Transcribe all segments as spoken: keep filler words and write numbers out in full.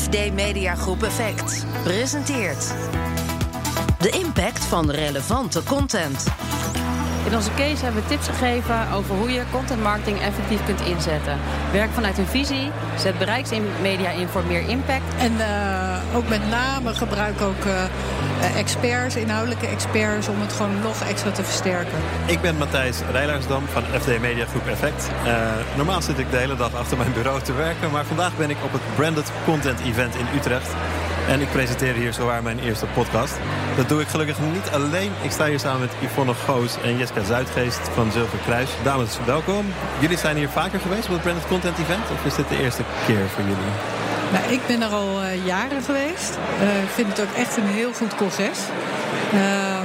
F D Media Groep Effect presenteert de impact van relevante content. In onze case hebben we tips gegeven over hoe je content marketing effectief kunt inzetten. Werk vanuit een visie, zet bereiksmedia in voor meer impact. En uh, ook met name gebruik ook uh, experts, inhoudelijke experts, om het gewoon nog extra te versterken. Ik ben Matthijs Rijlaarsdam van F D Media Groep Effect. Uh, normaal zit ik de hele dag achter mijn bureau te werken, maar vandaag ben ik op het Branded Content Event in Utrecht. En ik presenteer hier zowaar mijn eerste podcast. Dat doe ik gelukkig niet alleen. Ik sta hier samen met Yvonne Goos en Jessica Zuidgeest van Zilveren Kruis. Dames, welkom. Jullie zijn hier vaker geweest op het Branded Content Event? Of is dit de eerste keer voor jullie? Nou, ik ben er al uh, jaren geweest. Uh, ik vind het ook echt een heel goed congres. Um,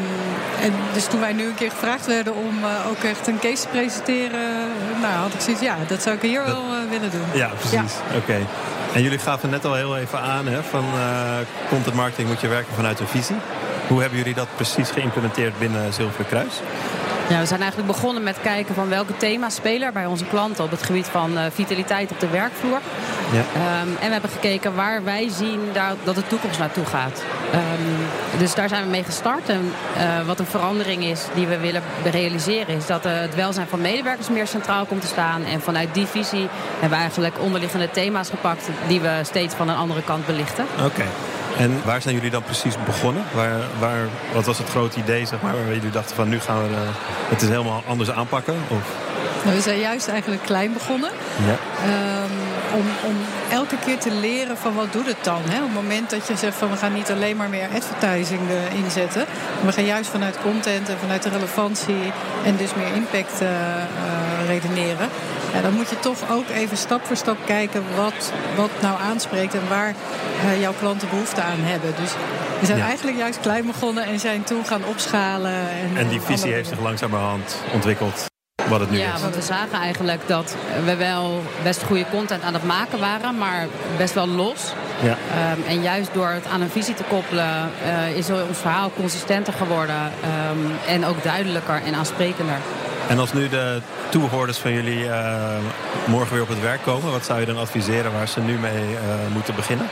en dus toen wij nu een keer gevraagd werden om uh, ook echt een case te presenteren, nou had ik zoiets, ja, dat zou ik hier dat... wel uh, willen doen. Ja, precies. Ja. Oké. Okay. En jullie gaven net al heel even aan, hè, van uh, content marketing moet je werken vanuit een visie. Hoe hebben jullie dat precies geïmplementeerd binnen Zilveren Kruis? Ja, we zijn eigenlijk begonnen met kijken van welke thema's spelen er bij onze klanten op het gebied van uh, vitaliteit op de werkvloer. Ja. Um, en we hebben gekeken waar wij zien daar, dat de toekomst naartoe gaat. Um, dus daar zijn we mee gestart. En uh, wat een verandering is die we willen realiseren is dat uh, het welzijn van medewerkers meer centraal komt te staan. En vanuit die visie hebben we eigenlijk onderliggende thema's gepakt die we steeds van een andere kant belichten. Oké. Okay. En waar zijn jullie dan precies begonnen? Waar, waar, wat was het grote idee, zeg maar, waar jullie dachten van nu gaan we uh, het is helemaal anders aanpakken? Of? Nou, we zijn juist eigenlijk klein begonnen. Ja. Um, om, om elke keer te leren van wat doet het dan. Hè? Op het moment dat je zegt van we gaan niet alleen maar meer advertising uh, inzetten. Maar we gaan juist vanuit content en vanuit de relevantie en dus meer impact uh, uh, redeneren. Ja, dan moet je toch ook even stap voor stap kijken wat, wat nou aanspreekt en waar uh, jouw klanten behoefte aan hebben. Dus we zijn ja. eigenlijk juist klein begonnen en zijn toen gaan opschalen. En, en die visie heeft zich langzamerhand ontwikkeld. Wat het nu ja, is. Want we zagen eigenlijk dat we wel best goede content aan het maken waren, maar best wel los. Ja. Um, en juist door het aan een visie te koppelen uh, is ons verhaal consistenter geworden um, en ook duidelijker en aansprekender. En als nu de toehoorders van jullie uh, morgen weer op het werk komen, wat zou je dan adviseren waar ze nu mee uh, moeten beginnen?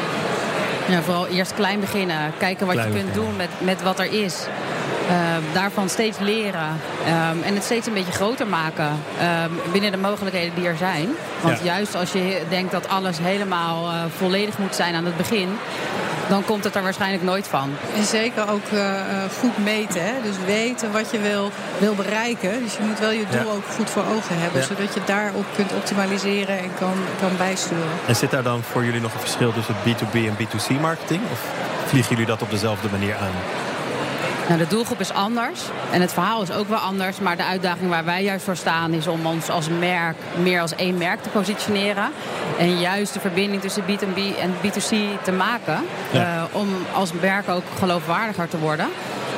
Ja, vooral eerst klein beginnen. Kijken wat klein je kunt beginnen. doen met, met wat er is. Uh, daarvan steeds leren. Um, en het steeds een beetje groter maken. Um, binnen de mogelijkheden die er zijn. Want ja. juist als je denkt dat alles helemaal uh, volledig moet zijn aan het begin, dan komt het er waarschijnlijk nooit van. En zeker ook uh, goed meten. Hè? Dus weten wat je wil, wil bereiken. Dus je moet wel je doel ja. ook goed voor ogen hebben. Ja. Zodat je daarop kunt optimaliseren en kan, kan bijsturen. En zit daar dan voor jullie nog een verschil tussen B twee B en B twee C marketing? Of vliegen jullie dat op dezelfde manier aan? Nou, de doelgroep is anders en het verhaal is ook wel anders. Maar de uitdaging waar wij juist voor staan is om ons als merk meer als één merk te positioneren. En juist de verbinding tussen B twee B en B twee C te maken. Ja. Uh, om als merk ook geloofwaardiger te worden.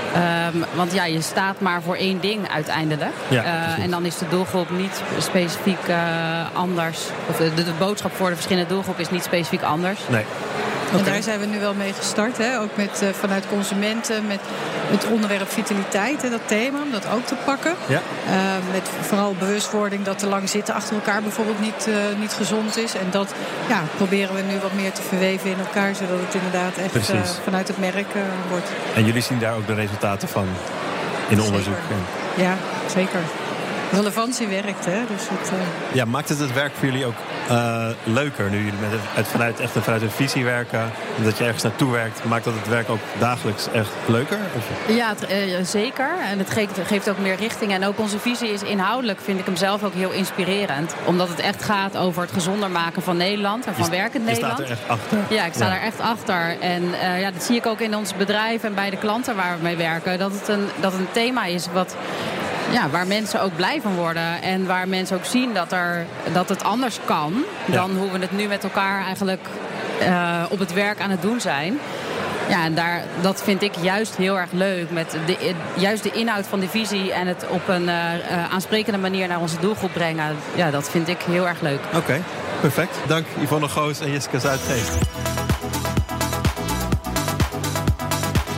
Um, want ja, je staat maar voor één ding uiteindelijk. Ja, uh, en dan is de doelgroep niet specifiek uh, anders. Of de, de, de boodschap voor de verschillende doelgroep is niet specifiek anders. Nee. En okay. daar zijn we nu wel mee gestart. Hè? Ook met, uh, vanuit consumenten, met het onderwerp vitaliteit, hè, dat thema, om dat ook te pakken. Ja. Uh, met vooral bewustwording dat te lang zitten achter elkaar bijvoorbeeld niet, uh, niet gezond is. En dat ja, proberen we nu wat meer te verweven in elkaar, zodat het inderdaad echt uh, vanuit het merk uh, wordt. En jullie zien daar ook de resultaten van in zeker. onderzoek? Ja, zeker. Relevantie werkt, hè? Dus het, uh... ja, maakt het het werk voor jullie ook uh, leuker nu jullie met het, vanuit, echt vanuit een visie werken en dat je ergens naartoe werkt? Maakt dat het werk ook dagelijks echt leuker? Of? Ja, het, uh, zeker. En het geeft, geeft ook meer richting. En ook onze visie is inhoudelijk, vind ik hem zelf ook heel inspirerend. Omdat het echt gaat over het gezonder maken van Nederland en van je, werkend je Nederland. Je staat er echt achter. Ja, ik sta ja. er echt achter. En uh, ja, dat zie ik ook in ons bedrijf en bij de klanten waar we mee werken. Dat het een, dat het een thema is wat... Ja, waar mensen ook blij van worden. En waar mensen ook zien dat, er, dat het anders kan dan ja. hoe we het nu met elkaar eigenlijk uh, op het werk aan het doen zijn. Ja, en daar, dat vind ik juist heel erg leuk. Met de, juist de inhoud van de visie en het op een uh, uh, aansprekende manier naar onze doelgroep brengen. Ja, dat vind ik heel erg leuk. Oké, okay, perfect. Dank Yvonne Goos en Jessica Zuidgeest.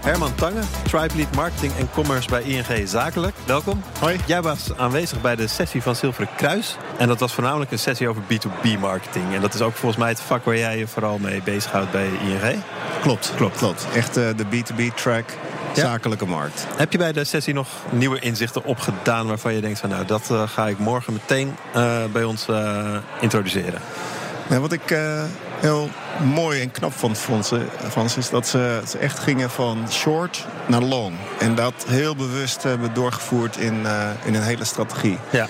Herman Tange, Tribe Lead Marketing en Commerce bij I N G Zakelijk. Welkom. Hoi. Jij was aanwezig bij de sessie van Zilveren Kruis. En dat was voornamelijk een sessie over B twee B marketing. En dat is ook volgens mij het vak waar jij je vooral mee bezighoudt bij I N G. Klopt, klopt, klopt. Echt uh, de B twee B track, ja. Zakelijke markt. Heb je bij de sessie nog nieuwe inzichten opgedaan waarvan je denkt van nou, dat uh, ga ik morgen meteen uh, bij ons uh, introduceren? Ja, wat ik uh, heel mooi en knap vond van ze, van ze is dat ze, ze echt gingen van short naar long. En dat heel bewust hebben doorgevoerd in, uh, in een hele strategie. Ja.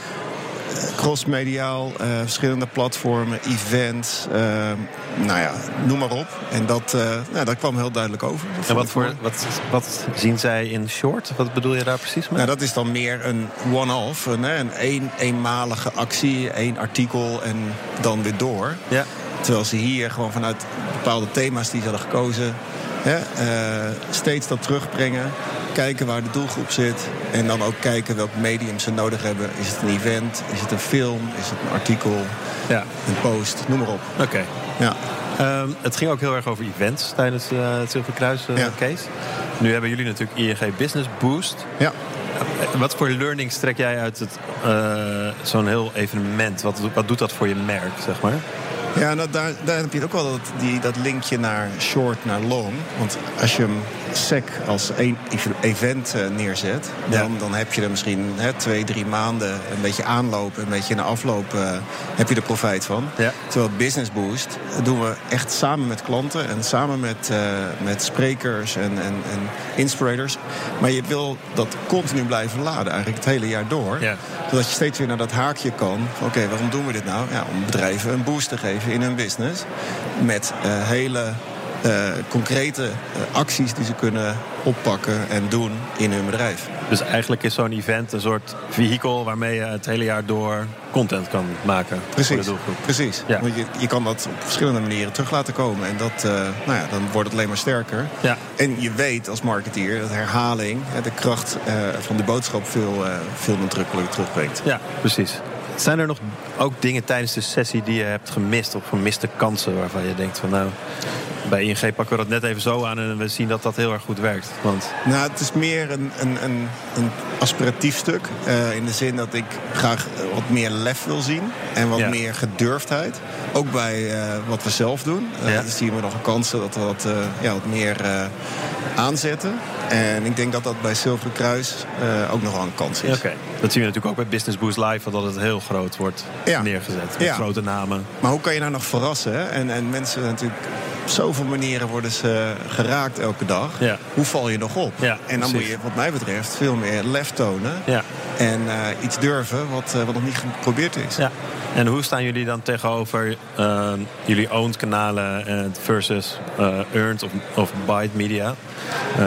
Crossmediaal, uh, verschillende platformen, events, uh, nou ja, noem maar op. En dat, uh, nou, dat kwam heel duidelijk over. En wat, voor, wat, wat zien zij in short? Wat bedoel je daar precies mee? Nou, dat is dan meer een one-off, een, een, een eenmalige actie, één artikel en dan weer door. Ja. Terwijl ze hier gewoon vanuit bepaalde thema's die ze hadden gekozen, hè, uh, steeds dat terugbrengen. Kijken waar de doelgroep zit. En dan ook kijken welk medium ze nodig hebben. Is het een event? Is het een film? Is het een artikel? Ja. Een post? Noem maar op. Oké. Okay. Ja. Um, het ging ook heel erg over events tijdens uh, het Zilveren Kruis uh, ja. case. Nu hebben jullie natuurlijk I N G Business Boost. Ja. Uh, wat voor learnings trek jij uit het, uh, zo'n heel evenement? Wat, wat doet dat voor je merk, zeg maar? Ja, nou, daar, daar heb je ook wel dat, die, dat linkje naar short, naar long. Want als je hem sec als één event uh, neerzet, dan, ja. dan heb je er misschien hè, twee, drie maanden een beetje aanlopen, een beetje in de afloop uh, heb je er profijt van. Ja. Terwijl Business Boost doen we echt samen met klanten en samen met, uh, met sprekers en, en, en inspirators. Maar je wil dat continu blijven laden, eigenlijk het hele jaar door. Ja. Zodat je steeds weer naar dat haakje kan. Oké, okay, waarom doen we dit nou? Ja, om bedrijven een boost te geven in hun business. Met uh, hele uh, concrete uh, acties die ze kunnen oppakken en doen in hun bedrijf. Dus eigenlijk is zo'n event een soort vehikel waarmee je het hele jaar door content kan maken. Precies, voor de doelgroep. Precies. Ja. Want je, je kan dat op verschillende manieren terug laten komen. En dat, uh, nou ja, dan wordt het alleen maar sterker. Ja. En je weet als marketeer dat herhaling de kracht uh, van de boodschap veel, uh, veel nadrukkelijker terugbrengt. Ja, precies. Zijn er nog ook dingen tijdens de sessie die je hebt gemist of gemiste kansen waarvan je denkt van nou, bij I N G pakken we dat net even zo aan en we zien dat dat heel erg goed werkt? Want... Nou, het is meer een, een, een, een aspiratief stuk. Uh, in de zin dat ik graag wat meer lef wil zien en wat ja. meer gedurfdheid. Ook bij uh, wat we zelf doen. Uh, ja. Dus zien we nog een kansen dat we wat, uh, ja, wat meer uh, aanzetten. En ik denk dat dat bij Zilveren Kruis uh, ook nog wel een kans is. Oké, okay. Dat zien we natuurlijk ook bij Business Boost Live, dat het heel groot wordt ja. neergezet. Met ja. grote namen. Maar hoe kan je nou nog verrassen? Hè? En, en mensen natuurlijk, op zoveel manieren worden ze geraakt elke dag. Ja. Hoe val je nog op? Ja, en dan precies. moet je, wat mij betreft, veel meer lef tonen. Ja. En uh, iets durven wat, uh, wat nog niet geprobeerd is. Ja. En hoe staan jullie dan tegenover uh, jullie owned kanalen versus uh, earned of, of Byte Media? Uh,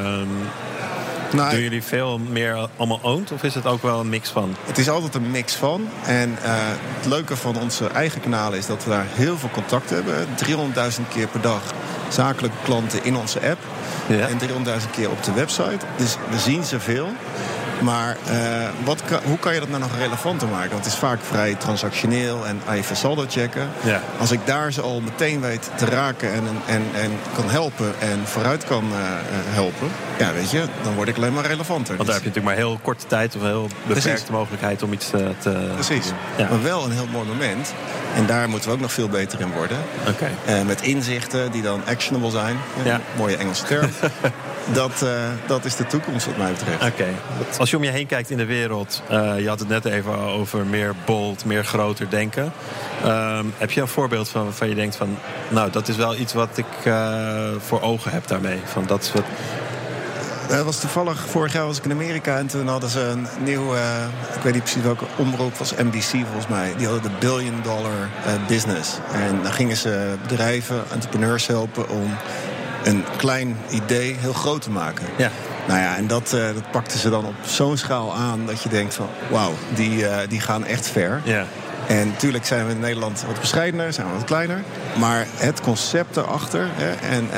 nou, doen jullie veel meer allemaal owned of is het ook wel een mix van? Het is altijd een mix van. En uh, het leuke van onze eigen kanalen is dat we daar heel veel contact hebben. driehonderdduizend keer per dag zakelijke klanten in onze app. Ja. En driehonderdduizend keer op de website. Dus we zien ze veel. Maar uh, wat kan, hoe kan je dat nou nog relevanter maken? Want het is vaak vrij transactioneel en even saldo checken. Ja. Als ik daar ze al meteen weet te raken en, en, en kan helpen en vooruit kan uh, helpen, ja, weet je, dan word ik alleen maar relevanter. Want daar heb je natuurlijk maar heel korte tijd of een heel beperkte Precies. mogelijkheid om iets te, te Precies. te doen. Ja. Maar wel een heel mooi moment. En daar moeten we ook nog veel beter in worden. Okay. Uh, met inzichten die dan actionable zijn. Ja. Mooie Engelse term. dat, uh, dat is de toekomst wat mij betreft. Oké. Okay. Als je om je heen kijkt in de wereld, uh, je had het net even over meer bold, meer groter denken. Uh, heb je een voorbeeld van waarvan je denkt van, nou, dat is wel iets wat ik uh, voor ogen heb daarmee? Van dat soort... Dat was toevallig, vorig jaar was ik in Amerika en toen hadden ze een nieuw, uh, ik weet niet precies welke omroep, was N B C volgens mij. Die hadden de billion dollar uh, business. En dan gingen ze bedrijven, entrepreneurs helpen om een klein idee heel groot te maken. Ja. Nou ja, en dat, uh, dat pakten ze dan op zo'n schaal aan dat je denkt van, wauw, die, uh, die gaan echt ver. Ja. En natuurlijk zijn we in Nederland wat bescheidener, zijn we wat kleiner. Maar het concept erachter, hè, en uh,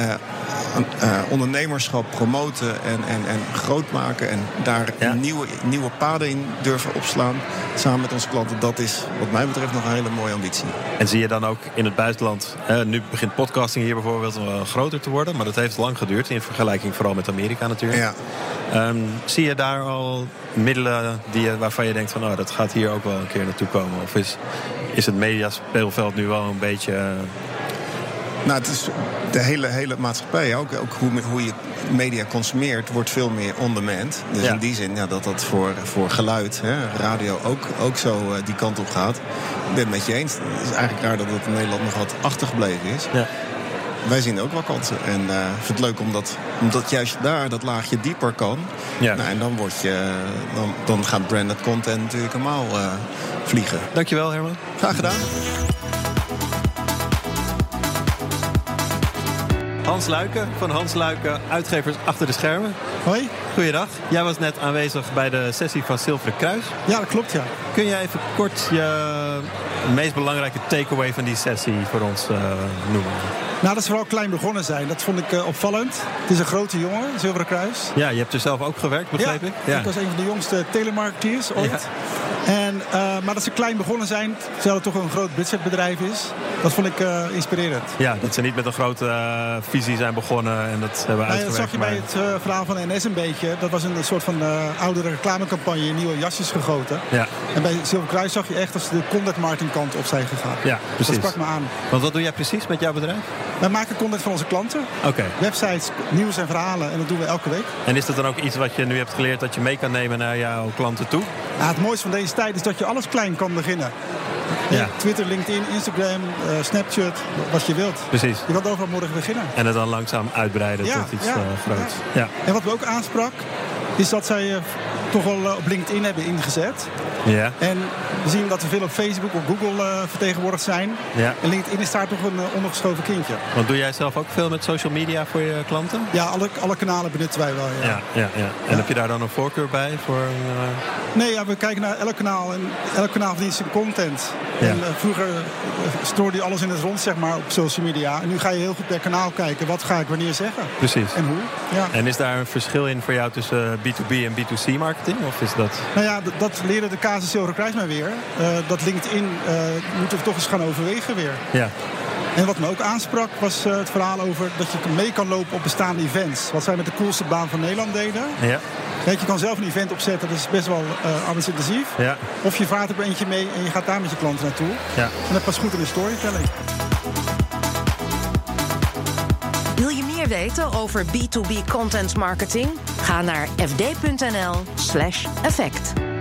uh, ondernemerschap promoten en, en, en groot maken. En daar ja. nieuwe, nieuwe paden in durven opslaan. Samen met onze klanten. Dat is wat mij betreft nog een hele mooie ambitie. En zie je dan ook in het buitenland... Eh, nu begint podcasting hier bijvoorbeeld wel groter te worden. Maar dat heeft lang geduurd. In vergelijking vooral met Amerika natuurlijk. Ja. Um, zie je daar al middelen die, waarvan je denkt van... Oh, dat gaat hier ook wel een keer naartoe komen? Of is, is het mediaspeelveld nu wel een beetje... Uh... Nou, het is de hele, hele maatschappij, ook, ook hoe, hoe je media consumeert, wordt veel meer on-demand. Dus ja. in die zin ja, dat dat voor, voor geluid, hè, radio ook, ook zo uh, die kant op gaat. Ik ben het met je eens. Het is eigenlijk raar dat het in Nederland nog wat achtergebleven is. Ja. Wij zien ook wel kansen. En ik uh, vind het leuk omdat, omdat juist daar dat laagje dieper kan. Ja. Nou, en dan, word je, dan, dan gaat branded content natuurlijk helemaal uh, vliegen. Dankjewel, Herman. Graag gedaan. Hans Luiken van Hans Luiken, uitgevers achter de schermen. Hoi. Goeiedag. Jij was net aanwezig bij de sessie van Zilveren Kruis. Ja, dat klopt, ja. Kun jij even kort je meest belangrijke takeaway van die sessie voor ons uh, noemen? Nou, dat ze vooral klein begonnen zijn. Dat vond ik uh, opvallend. Het is een grote jongen, Zilveren Kruis. Ja, je hebt er zelf ook gewerkt, begreep ja, ik? Ja, ik was een van de jongste telemarketeers ooit. Ja. En, uh, maar dat ze klein begonnen zijn, terwijl het toch een groot budgetbedrijf is, dat vond ik uh, inspirerend. Ja, dat ze niet met een grote uh, visie zijn begonnen en dat hebben nou, uitgewerkt. Dat zag je maar... bij het uh, verhaal van N S een beetje. Dat was een soort van uh, oudere reclamecampagne in nieuwe jasjes gegoten. Ja. En bij Zilveren Kruis zag je echt dat ze de content marketing kant op zijn gegaan. Ja, precies. Dat sprak me aan. Want wat doe jij precies met jouw bedrijf? Wij maken content voor onze klanten. Okay. Websites, nieuws en verhalen. En dat doen we elke week. En is dat dan ook iets wat je nu hebt geleerd dat je mee kan nemen naar jouw klanten toe? Ja, het mooiste van deze tijd is dat je alles klein kan beginnen. Ja. Twitter, LinkedIn, Instagram, uh, Snapchat, wat je wilt. Precies. Je kan overal morgen beginnen. En het dan langzaam uitbreiden ja, tot iets ja, uh, groots. Ja. Ja. En wat we ook aansprak, is dat zij uh, toch wel uh, op LinkedIn hebben ingezet. Ja. En we zien dat er veel op Facebook of Google uh, vertegenwoordigd zijn. Ja. En LinkedIn is daar toch een uh, ondergeschoven kindje. Want doe jij zelf ook veel met social media voor je klanten? Ja, alle, alle kanalen benutten wij wel. Ja. Ja, ja, ja. En ja. heb je daar dan een voorkeur bij? Voor een, uh... Nee, ja, we kijken naar elk kanaal. En elk kanaal verdient zijn content. Ja. En uh, vroeger uh, stoorde je alles in het rond, zeg maar, op social media. En nu ga je heel goed per kanaal kijken. Wat ga ik wanneer zeggen? Precies. En hoe? Ja. En is daar een verschil in voor jou tussen B twee B en B twee C marketing? Of is dat... Nou ja, d- dat leren de casus Zilveren Kruis mij weer. Uh, dat LinkedIn uh, moeten we toch eens gaan overwegen weer. Ja. En wat me ook aansprak was uh, het verhaal over dat je mee kan lopen op bestaande events. Wat zij met de coolste baan van Nederland deden. Ja. Weet, je kan zelf een event opzetten, dat is best wel uh, arbeidsintensief. Ja. Of je vaart er eentje mee en je gaat daar met je klanten naartoe. Ja. En dat past goed in de storytelling. Wil je meer weten over B twee B content marketing? Ga naar f d punt n l slash effect.